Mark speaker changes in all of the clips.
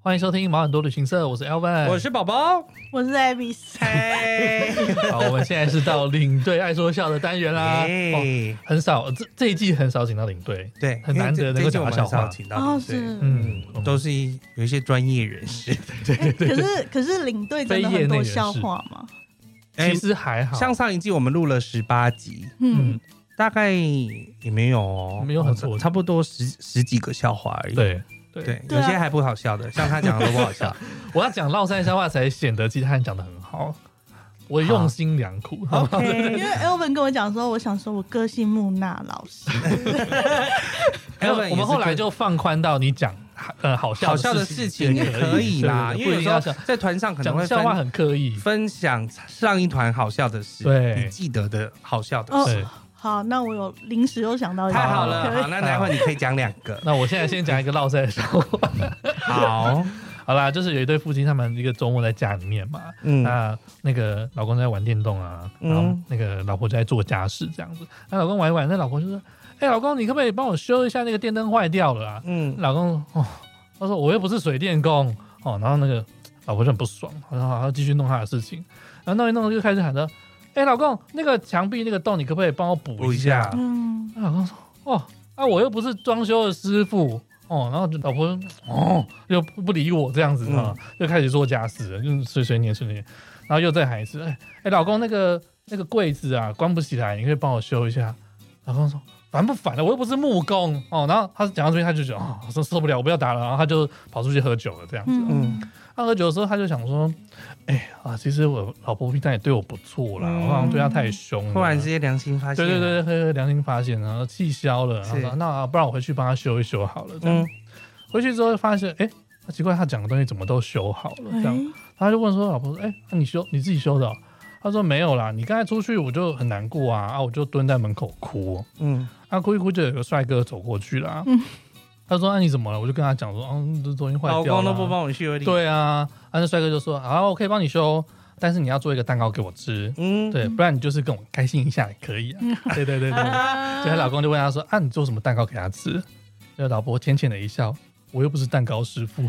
Speaker 1: 欢迎收听毛很多旅行社，我是 Elvin，
Speaker 2: 我是宝宝，
Speaker 3: 我是 Abby。
Speaker 1: 好，我们现在是到领队爱说笑的单元啦。很少这一季很少请到领队，
Speaker 2: 对，
Speaker 1: 很难得能够讲到笑话。
Speaker 2: 请到领队，都是有一些专业人士。
Speaker 3: 对，可是领队真的很多笑话吗？
Speaker 1: 其实还好，
Speaker 2: 像上一季我们录了18集，大概也没有哦，
Speaker 1: 没有很多，
Speaker 2: 差不多十几个笑话而已。对，有些还不好笑的，像他讲的都不好笑。
Speaker 1: 我要讲落山笑话才显得其他人讲的很好，我用心良苦。
Speaker 3: 因为 Elvin 跟我讲说，我想说我个性木讷老实。
Speaker 1: 我们后来就放宽到你讲好笑的事情
Speaker 2: 也可以啦，因为有时候在团上可能会
Speaker 1: 讲笑话很刻意
Speaker 2: 分享上一团好笑的事，你记得的好笑的事。
Speaker 3: 好，那我有临时又想到一个，
Speaker 2: 太好了，好，那待会你可以讲2个。
Speaker 1: 那我现在先讲一个落塞的笑话。好啦，就是有一对夫妻，他们一个周末在家里面嘛，那个老公在玩电动啊，然后那个老婆就在做家事这样子。那老公玩一玩，那老婆就说：“老公，你可不可以帮我修一下那个电灯坏掉了啊？”老公他说：“我又不是水电工哦。”然后那个老婆就很不爽，然后他继续弄他的事情，然后弄一弄就开始喊着。老公，那个墙壁那个洞，你可不可以帮我补一下？老公说：“我又不是装修的师傅哦。”然后老婆又不理我这样子又开始做家事了，就碎碎念，然后又再喊一次：“老公，那个柜子啊关不起来，你可以帮我修一下。”老公说：“烦不烦的？我又不是木工哦。”然后他讲到这边，他就觉得受不了，我不要打了，然后他就跑出去喝酒了这样子。他喝酒的时候，他就想说：“其实我老婆平常也对我不错啦，我好像对她太凶了。”
Speaker 2: 突然之间良心发现，
Speaker 1: 对，良心发现，然后气消了，然后说：“那不然我回去帮他修一修好了。”这样回去之后发现，奇怪，他讲的东西怎么都修好了？这样，他就问说：“老婆说，那你自己修的哦？”他说：“没有啦，你刚才出去我就很难过啊，我就蹲在门口哭。哭一哭就有个帅哥走过去了。”他说：“你怎么了？”我就跟他讲说：“这东西坏掉了。”老
Speaker 2: 公都不帮我修。
Speaker 1: 对啊，那帅哥就说：“好，我可以帮你修，但是你要做一个蛋糕给我吃。对，不然你就是跟我开心一下也可以啊。”对。所以老公就问他说：“你做什么蛋糕给他吃？”就老婆浅浅的一笑：“我又不是蛋糕师傅。”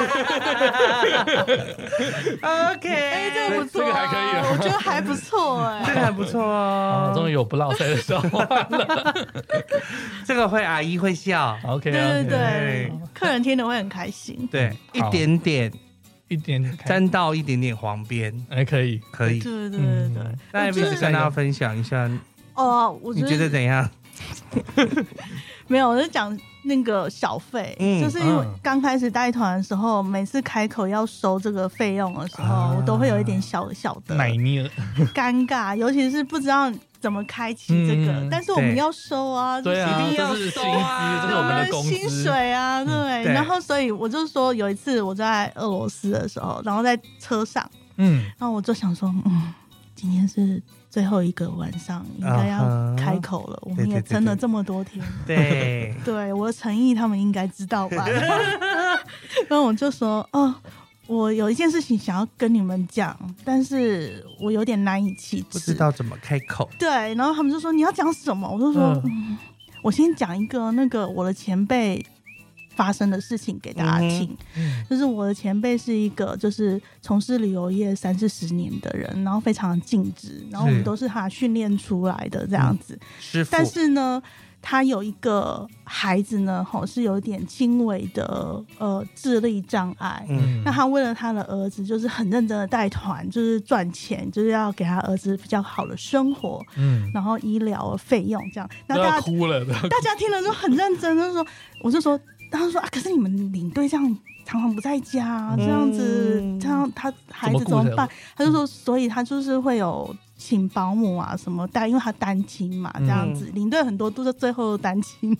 Speaker 3: OK， 这个不错，
Speaker 1: 这个还可以，
Speaker 3: 我觉得还不错
Speaker 2: 这个还不错哦。
Speaker 1: 终于有不落塞的笑话了。
Speaker 2: 这个阿姨会笑。
Speaker 1: OK，
Speaker 3: 对，客人听了会很开心。
Speaker 2: 对，一点点沾到一点点黄边，
Speaker 1: 可以。
Speaker 3: 对。
Speaker 2: 那也必须跟大家分享一下。你觉得怎样？
Speaker 3: 没有，我就讲那个小费，就是因为刚开始带团的时候，每次开口要收这个费用的时候，我都会有一点小的
Speaker 1: 奶捏
Speaker 3: 尴尬，尤其是不知道怎么开启这个，但是我们要收啊，
Speaker 1: 对啊，
Speaker 3: 一定要收啊，
Speaker 1: 这是我们的工资
Speaker 3: 薪水啊，对。然后所以我就说，有一次我在俄罗斯的时候，然后在车上，然后我就想说，今天是最后一个晚上，应该要开口了。我们也撑了这么多天，对，我的诚意他们应该知道吧？然后我就说，我有一件事情想要跟你们讲，但是我有点难以启齿，
Speaker 2: 不知道怎么开口。
Speaker 3: 对，然后他们就说你要讲什么？我就说，我先讲一个那个我的前辈发生的事情给大家听。就是我的前辈是一个就是从事旅游业30-40年的人，然后非常尽职，然后我们都是他训练出来的这样子。但是呢，他有一个孩子呢，是有一点轻微的智力障碍。那他为了他的儿子，就是很认真的带团，就是赚钱，就是要给他儿子比较好的生活，然后医疗费用这样。那大家
Speaker 1: 哭了，
Speaker 3: 大家听了就很认真，就是说，我就说，他说可是你们领队这样常常不在家，这样子，这样他孩子怎么办？他就说，所以他就是会有请保姆啊什么带，因为他单亲嘛，这样子。领队很多都是最后单亲。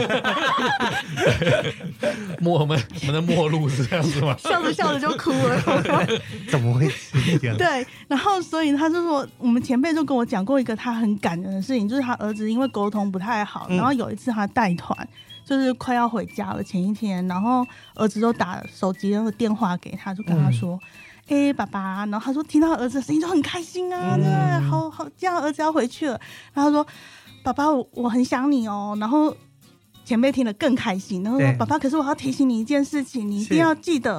Speaker 1: 我们的末路是这样子吗？
Speaker 3: 笑着笑着就哭了。
Speaker 2: 怎么会这样？
Speaker 3: 对，然后所以他就说，我们前辈就跟我讲过一个他很感人的事情，就是他儿子因为沟通不太好，然后有一次他带团。就是快要回家了前一天，然后儿子就打手机那个电话给他，就跟他说：“爸爸。”然后他说听到儿子的声音就很开心啊，对，好，这样儿子要回去了。然后他说：“爸爸，我很想你哦。”然后前辈听了更开心，然后说：“爸爸，可是我要提醒你一件事情，你一定要记得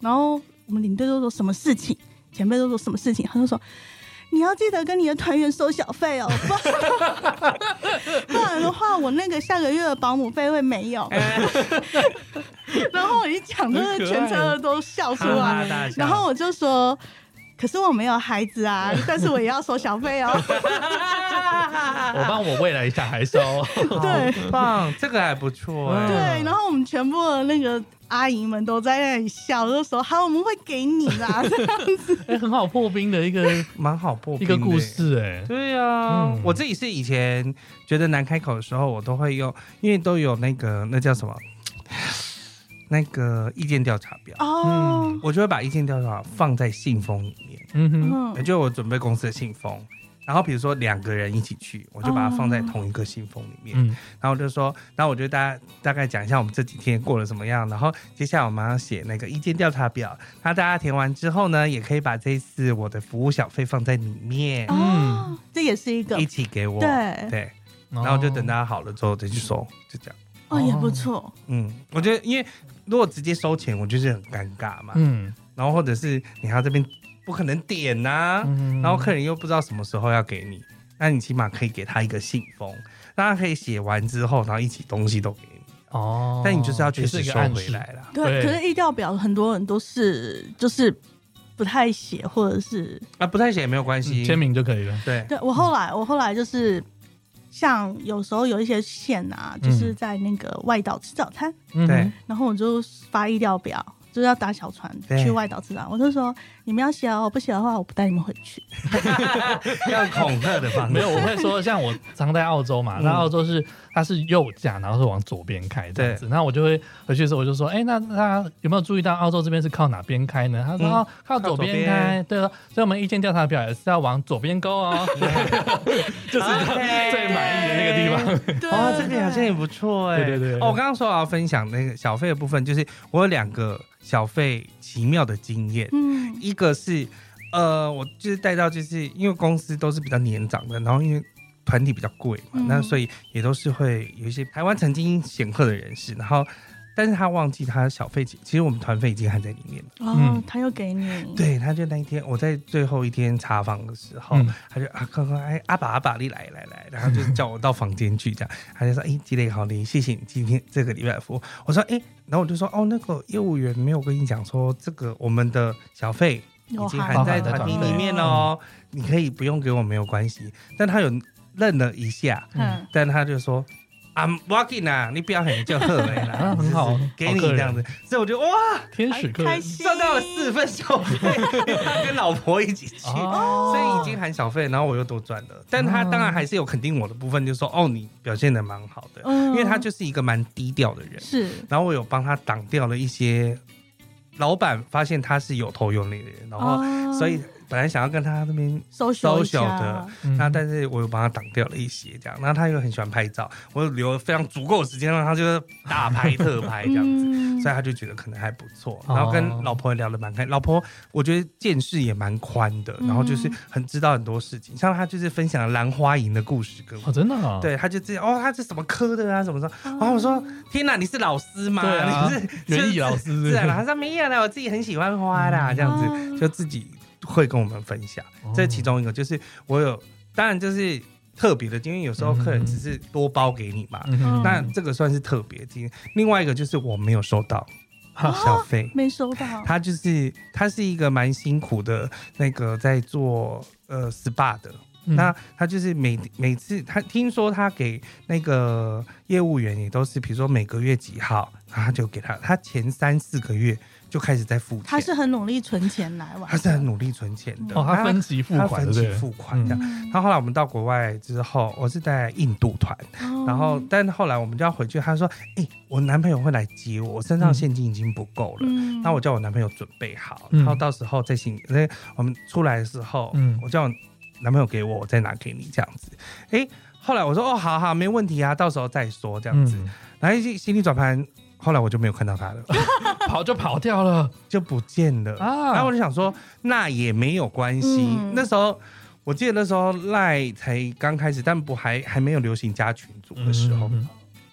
Speaker 3: 然后我们领队都说什么事情，前辈都说什么事情，他就说你要记得跟你的团员收小费哦，不然的话我那个下个月的保姆费会没有。然后我一讲，就是全车都笑出来。然后我就说，可是我没有孩子啊，但是我也要收小费哦。
Speaker 1: 我帮我未来小孩收。
Speaker 3: 对，
Speaker 2: 棒，这个还不错哎。
Speaker 3: 对，然后我们全部的那个阿姨们都在那里笑，就说好，我们会给你啦，这样子。
Speaker 1: 很好破冰的一个，
Speaker 2: 蛮好破冰的
Speaker 1: 一个故事哎。
Speaker 2: 对啊，我自己是以前觉得难开口的时候，我都会用，因为都有那叫什么？那个意见调查表哦，我就会把意见调查放在信封里面，就我准备公司的信封，然后比如说2个人一起去，我就把它放在同一个信封里面，然后我就说，然后我就大概讲一下我们这几天过了怎么样，然后接下来我们要写那个意见调查表，那大家填完之后呢，也可以把这一次我的服务小费放在里面，
Speaker 3: 这也是一个
Speaker 2: 一起给我，对，然后就等大家好了之后再去收，就这样。
Speaker 3: 也不错。
Speaker 2: 我觉得因为如果直接收钱，我就是很尴尬嘛。然后或者是你还要这边不可能点啊，然后客人又不知道什么时候要给你，那你起码可以给他一个信封，让他可以写完之后，然后一起东西都给你。但你就是要确实收回来啦。
Speaker 3: 对，可是意调表很多人都是就是不太写，或者是
Speaker 2: 不太写也没有关系，
Speaker 1: 签名就可以了。
Speaker 3: 对，我后来就是。像有时候有一些线啊，就是在那个外岛吃早餐，
Speaker 2: 对，
Speaker 3: 然后我就发意调表，就是要搭小船去外岛吃早餐，我就说你们要写哦，不写的话我不带你们回去。
Speaker 2: 要恐吓的方式。
Speaker 1: 没有，我会说像我常在澳洲嘛，那澳洲它是右驾，然后是往左边开这样子，那我就会回去的时候我就说，那他有没有注意到澳洲这边是靠哪边开呢？他说靠左边开，对了，所以我们意见调查表也是要往左边勾哦，就是最满意的那个地方。
Speaker 2: 这个好像也不错哎。
Speaker 1: 对。
Speaker 2: 我刚刚说我要分享那个小费的部分，就是我有2个小费奇妙的经验，一个是我就是带到，就是因为公司都是比较年长的，然后因为团体比较贵嘛，那所以也都是会有一些台湾曾经显赫的人士，然后但是他忘记他的小费，其实我们团费已经含在里面了。
Speaker 3: 他又给你。
Speaker 2: 对，他就那一天我在最后一天查房的时候，他就刚刚阿爸你来，然后就叫我到房间去，这样他就说积累好你，谢谢你今天这个礼拜的服务。我说然后我就说那个业务员没有跟你讲说这个我们的小费已经含在团体里面哦，你可以不用给我没有关系。但他有愣了一下，但他就说我要给你你不要很就喝了啦，
Speaker 1: 很好，
Speaker 2: 给你这样子。所以我觉得哇，
Speaker 1: 天使客人
Speaker 2: 赚到了4份小费，跟老婆一起去，所以已经含小费，然后我又多赚了。但他当然还是有肯定我的部分，就是说你表现的蛮好的，因为他就是一个蛮低调的人，是。然后我有帮他挡掉了一些老板发现他是有头有脸的人，然后所以本来想要跟他那边 social 的，那但是我有帮他挡掉了一些这样，然后他又很喜欢拍照，我有留了非常足够的时间让他就是大拍特拍这样子，所以他就觉得可能还不错，然后跟老婆也聊得蛮开，老婆我觉得见识也蛮宽的，然后就是很知道很多事情，像他就是分享了兰花楹的故事跟我，
Speaker 1: 真的啊，
Speaker 2: 对，他就这样他是什么科的啊什么什么，然后我说天哪，你是老师吗？
Speaker 1: 对啊，
Speaker 2: 你是
Speaker 1: 园艺老师？
Speaker 2: 是啊，他说没有啦，我自己很喜欢花啦，这样子就自己会跟我们分享，这其中一个就是我有，当然就是特别的，因为有时候客人只是多包给你嘛，那这个算是特别的。另外一个就是我没有收到小费，
Speaker 3: 没收到。
Speaker 2: 他是一个蛮辛苦的那个在做SPA 的。那他就是每次他听说他给那个业务员也都是比如说每个月几号，然后他就给他前3-4个月就开始在付钱，
Speaker 3: 他是很努力存钱来玩，
Speaker 2: 他是很努力存钱的，
Speaker 1: 他分期付款，
Speaker 2: 分期付款这样。然后后来我们到国外之后，我是在印度团，然后但后来我们就要回去，他说我男朋友会来接我，我身上现金已经不够了，那我叫我男朋友准备好，然后到时候再行，我们出来的时候，我叫我男朋友给我，我再拿给你这样子。后来我说好没问题啊，到时候再说这样子。然后行李转盘，后来我就没有看到他了，
Speaker 1: 跑掉了，
Speaker 2: 就不见了啊。然后我就想说，那也没有关系。那时候我记得那时候赖才刚开始，但还没有流行加群组的时候。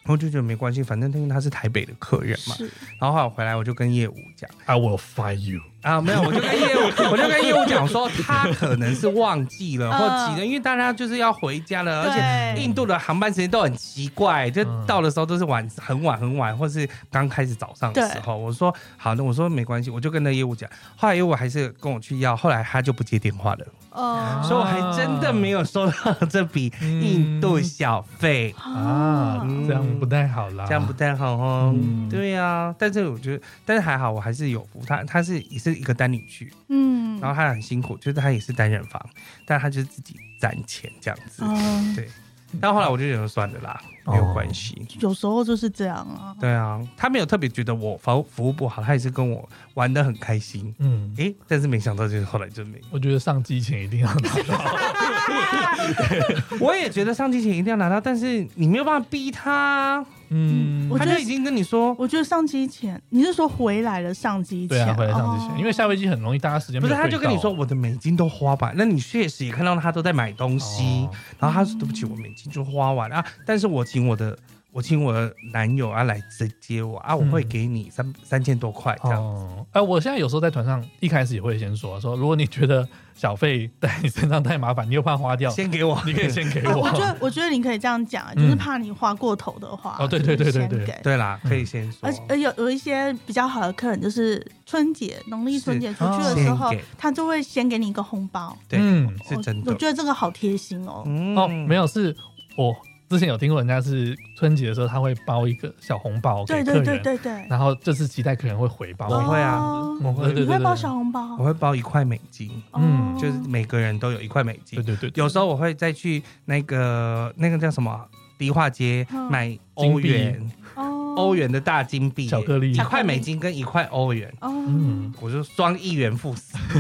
Speaker 2: 我就觉得没关系，反正因为他是台北的客人嘛。然后后来回来我就跟业务讲
Speaker 1: ，I will fire you。
Speaker 2: 没有，我就跟业务讲说，他可能是忘记了或急了，因为大家就是要回家了，而且印度的航班时间都很奇怪，就到的时候都是很晚，或是刚开始早上的时候。我说好，那我说没关系，我就跟那业务讲。后来业务还是跟我去要，后来他就不接电话了。所以我还真的没有收到这笔印度小费
Speaker 1: 这样不太好啦，
Speaker 2: 这样不太好哦。对啊，但是我觉得，但是还好，我还是有服他也是一个单女婿，然后他很辛苦，就是他也是单人房，但他就是自己攒钱这样子，对。但后来我就觉得算了啦，没有关系，
Speaker 3: 有时候就是这样啊。
Speaker 2: 对啊，他没有特别觉得我服务不好，他也是跟我玩得很开心。但是没想到就是后来就没。
Speaker 1: 我觉得上机前一定要拿到。
Speaker 2: 我也觉得上机前一定要拿到，但是你没有办法逼他。他就已经跟你说，
Speaker 3: 我觉得上机前，你是说回来了上机前？
Speaker 1: 对啊，回来上机前，因为下飞机很容易大家时间
Speaker 2: 不是，他就跟你说我的美金都花完，那你确实也看到他都在买东西，然后他说对不起，我美金就花完啊，但是我请我的男友来接我我会给你3000多块这样子。
Speaker 1: 我现在有时候在团上一开始也会先说，如果你觉得小费在你身上太麻烦，你又怕花掉，
Speaker 2: 先给我，
Speaker 1: 你可以先给我。
Speaker 3: 我觉得你可以这样讲，就是怕你花过头的话。
Speaker 1: 对
Speaker 2: 对啦，可以先说。
Speaker 3: 而有一些比较好的客人，就是农历春节出去的时候，他就会先给你一个红包。
Speaker 2: 对，是真的。
Speaker 3: 我觉得这个好贴心哦。
Speaker 1: 没有，是我之前有听过人家是春节的时候他会包一个小红包给客人，对，然后就是期待客人会回包。
Speaker 2: 我会啊，
Speaker 3: 你会包小红包？
Speaker 2: 我会包1块美金，就是每个人都有1块美金。
Speaker 1: 对，
Speaker 2: 有时候我会再去那个叫什么迪化街买欧元的大金币，
Speaker 1: 巧克力，1
Speaker 2: 块美金跟1块欧元。我就双1元付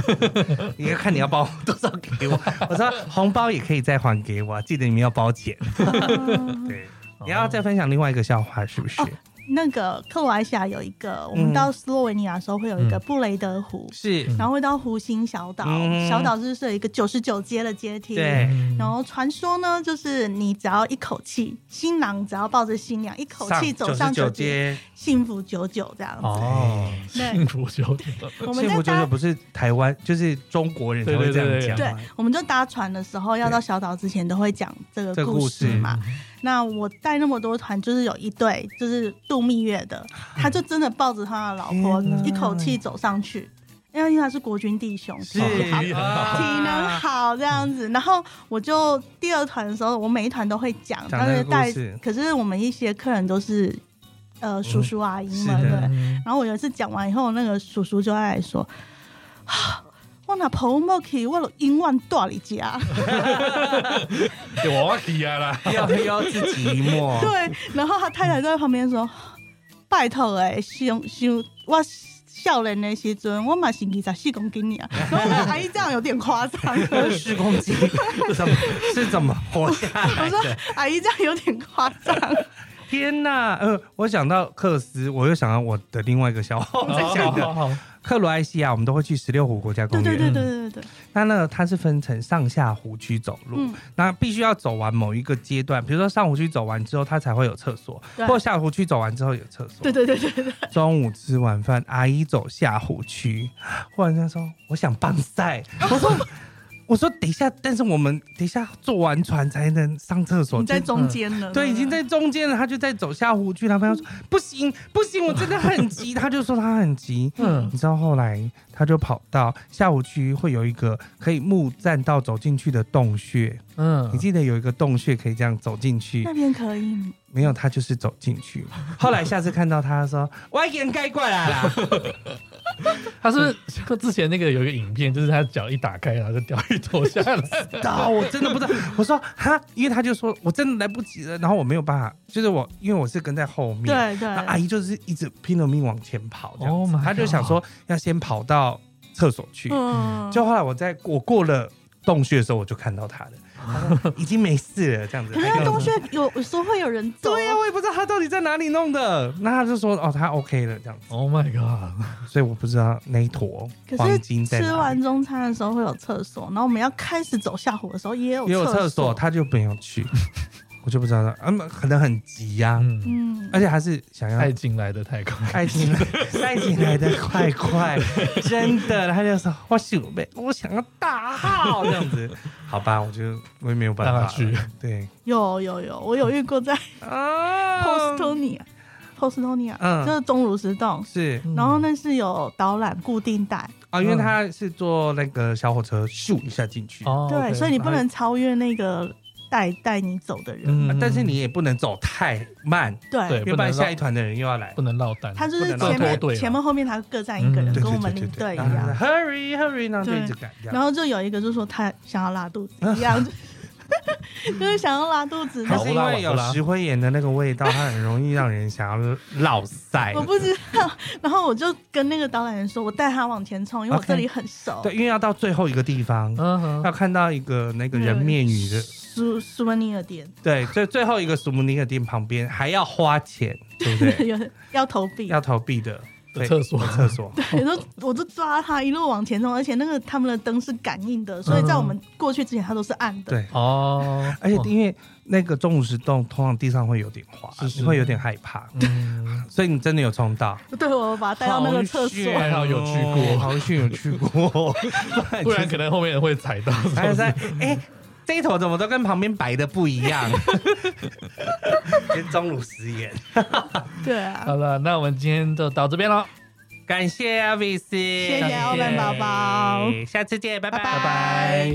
Speaker 2: 4，你要看你要包多少给我。我说红包也可以再还给我，记得你们要包钱。对，你要再分享另外一个笑话是不是？
Speaker 3: 那个克罗埃西亚有一个，我们到斯洛维尼亚的时候会有一个布雷德湖，
Speaker 2: 是，
Speaker 3: 然后会到湖心小岛，小岛就是有一个99阶的阶梯，
Speaker 2: 对，
Speaker 3: 然后传说呢，就是你只要一口气，新郎只要抱着新娘一口气走上99阶，幸福99这样子。
Speaker 1: 幸福99，
Speaker 2: 幸福99不是台湾，就是中国人才会这样讲。
Speaker 3: 对，我们就搭船的时候要到小岛之前都会讲这个故事嘛。那我带那么多团，就是有一对就是度蜜月的，他就真的抱着他的老婆一口气走上去，因为他是国军弟兄，体能好这样子。然后我就第2团的时候，我每一团都会讲，但是可是我们一些客人都是叔叔阿姨嘛，对。然后我有一次讲完以后，那个叔叔就来说。我若抱不去，我就永远住你家。
Speaker 1: 我去啊啦，
Speaker 2: 要自己摸。
Speaker 3: 对，然后他太太在旁边说：“拜托我少年的时阵，我嘛是24公斤呀。”然后阿姨这样有点夸张
Speaker 2: ，10公斤是怎么活下来的？
Speaker 3: 我说阿姨这样有点夸张。
Speaker 2: 天哪！我想到克斯，我又想到我的另外一个笑话，再想一个。克罗埃西亚我们都会去16湖国家公园，
Speaker 3: 对。
Speaker 2: 那它是分成上下湖区走路，那必须要走完某一个阶段，比如说上湖区走完之后，它才会有厕所，或下湖区走完之后有厕所。
Speaker 3: 对。
Speaker 2: 中午吃完饭，阿姨走下湖区，忽然间说：“我想棒赛。”我说等一下，但是我们等一下坐完船才能上厕所。
Speaker 3: 你在中间了，
Speaker 2: 对，已经在中间了。他就在走下湖去，他朋友说不行，我真的很急。他就说他很急。你知道后来他就跑到下湖区，会有一个可以木栈道走进去的洞穴。你记得有一个洞穴可以这样走进去？
Speaker 3: 那边可以。
Speaker 2: 没有，他就是走进去。后来下次看到他说：“我已经该过来了。”
Speaker 1: 他是之前那个有一个影片，就是他脚一打开，然后就掉一坨下来。
Speaker 2: 我真的不知道。我说哈，因为他就说我真的来不及了，然后我没有办法，就是因为我是跟在后面，
Speaker 3: 对，
Speaker 2: 阿姨就是一直拼了命往前跑，这样子，他就想说要先跑到厕所去。就后来我过了洞穴的时候，我就看到他了。已经没事了，这样子。
Speaker 3: 可是他洞穴有时候会有人走。
Speaker 2: 对呀，我也不知道他到底在哪里弄的。那他就说他 OK 了这样子。
Speaker 1: Oh my god！
Speaker 2: 所以我不知道那一坨黄金在哪里。
Speaker 3: 可是吃完中餐的时候会有厕所，然后我们要开始走下湖的时候也有
Speaker 2: 厕所，他就没有去。 我就不知道了，可能很急呀，而且还是想要
Speaker 1: 爱情来的太快，
Speaker 2: 爱情来的快快，真的，他就说我想要大号这样子，好吧，我也没有办法去，对，
Speaker 3: 有，我有遇过在Postonia，就是钟乳石洞
Speaker 2: 是，
Speaker 3: 然后那是有导览固定带
Speaker 2: 因为他是坐那个小火车咻一下进去，
Speaker 3: 对，所以你不能超越那个带你走的人，
Speaker 2: 但是你也不能走太慢，
Speaker 3: 对，
Speaker 2: 要不然下一团的人又要来，
Speaker 1: 不能落单，
Speaker 3: 他就是前面后面他各站一个人，跟我们领队一样
Speaker 2: ，Hurry， 然后就一直赶，
Speaker 3: 然后就有一个就说他想要拉肚子一样。就是想要拉肚子，
Speaker 2: 还是因为有石灰岩的那个味道，它很容易让人想要落腮。
Speaker 3: 我不知道，然后我就跟那个导览员说，我带他往前冲，因为我这里很熟。
Speaker 2: 对，因为要到最后一个地方，要看到一个那个人面鱼的
Speaker 3: 苏门尼尔店。
Speaker 2: 对，最后一个苏门尼尔店旁边还要花钱，对不对？
Speaker 3: 要投币
Speaker 2: 的。
Speaker 1: 厕所，
Speaker 3: 对，我就抓他一路往前冲，而且那个他们的灯是感应的，所以在我们过去之前它都是暗的。
Speaker 2: 对而且因为那个钟乳石洞通常地上会有点滑，你会有点害怕，所以你真的有冲到。
Speaker 3: 对，我把他带到那个厕所，
Speaker 1: 还好有去过，
Speaker 2: 好逊有去过，
Speaker 1: 不然可能后面人会踩到。
Speaker 2: 这一坨怎么都跟旁边白的不一样？跟钟乳石岩。
Speaker 3: 对啊。
Speaker 1: 好了，那我们今天就到这边了。
Speaker 2: 感谢 Elvis，
Speaker 3: 谢谢奥本宝宝，
Speaker 2: 下次见，拜拜
Speaker 1: 拜拜。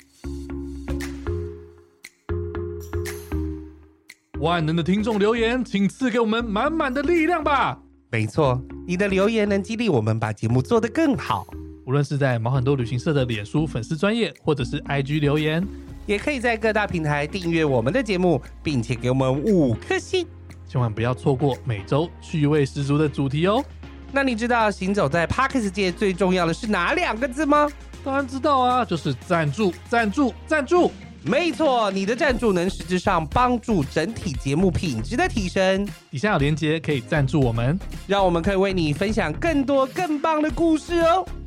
Speaker 1: 万能的听众留言，请赐给我们满满的力量吧。
Speaker 2: 没错，你的留言能激励我们把节目做得更好。
Speaker 1: 无论是在毛很多旅行社的脸书粉丝专页，或者是 IG 留言，
Speaker 2: 也可以在各大平台订阅我们的节目，并且给我们5颗星。
Speaker 1: 千万不要错过每周趣味十足的主题哦。
Speaker 2: 那你知道行走在 Podcast 界最重要的是哪2个字吗？
Speaker 1: 当然知道啊，就是赞助，赞助，赞助。
Speaker 2: 没错，你的赞助能实质上帮助整体节目品质的提升。
Speaker 1: 底下有连结可以赞助我们，
Speaker 2: 让我们可以为你分享更多更棒的故事哦。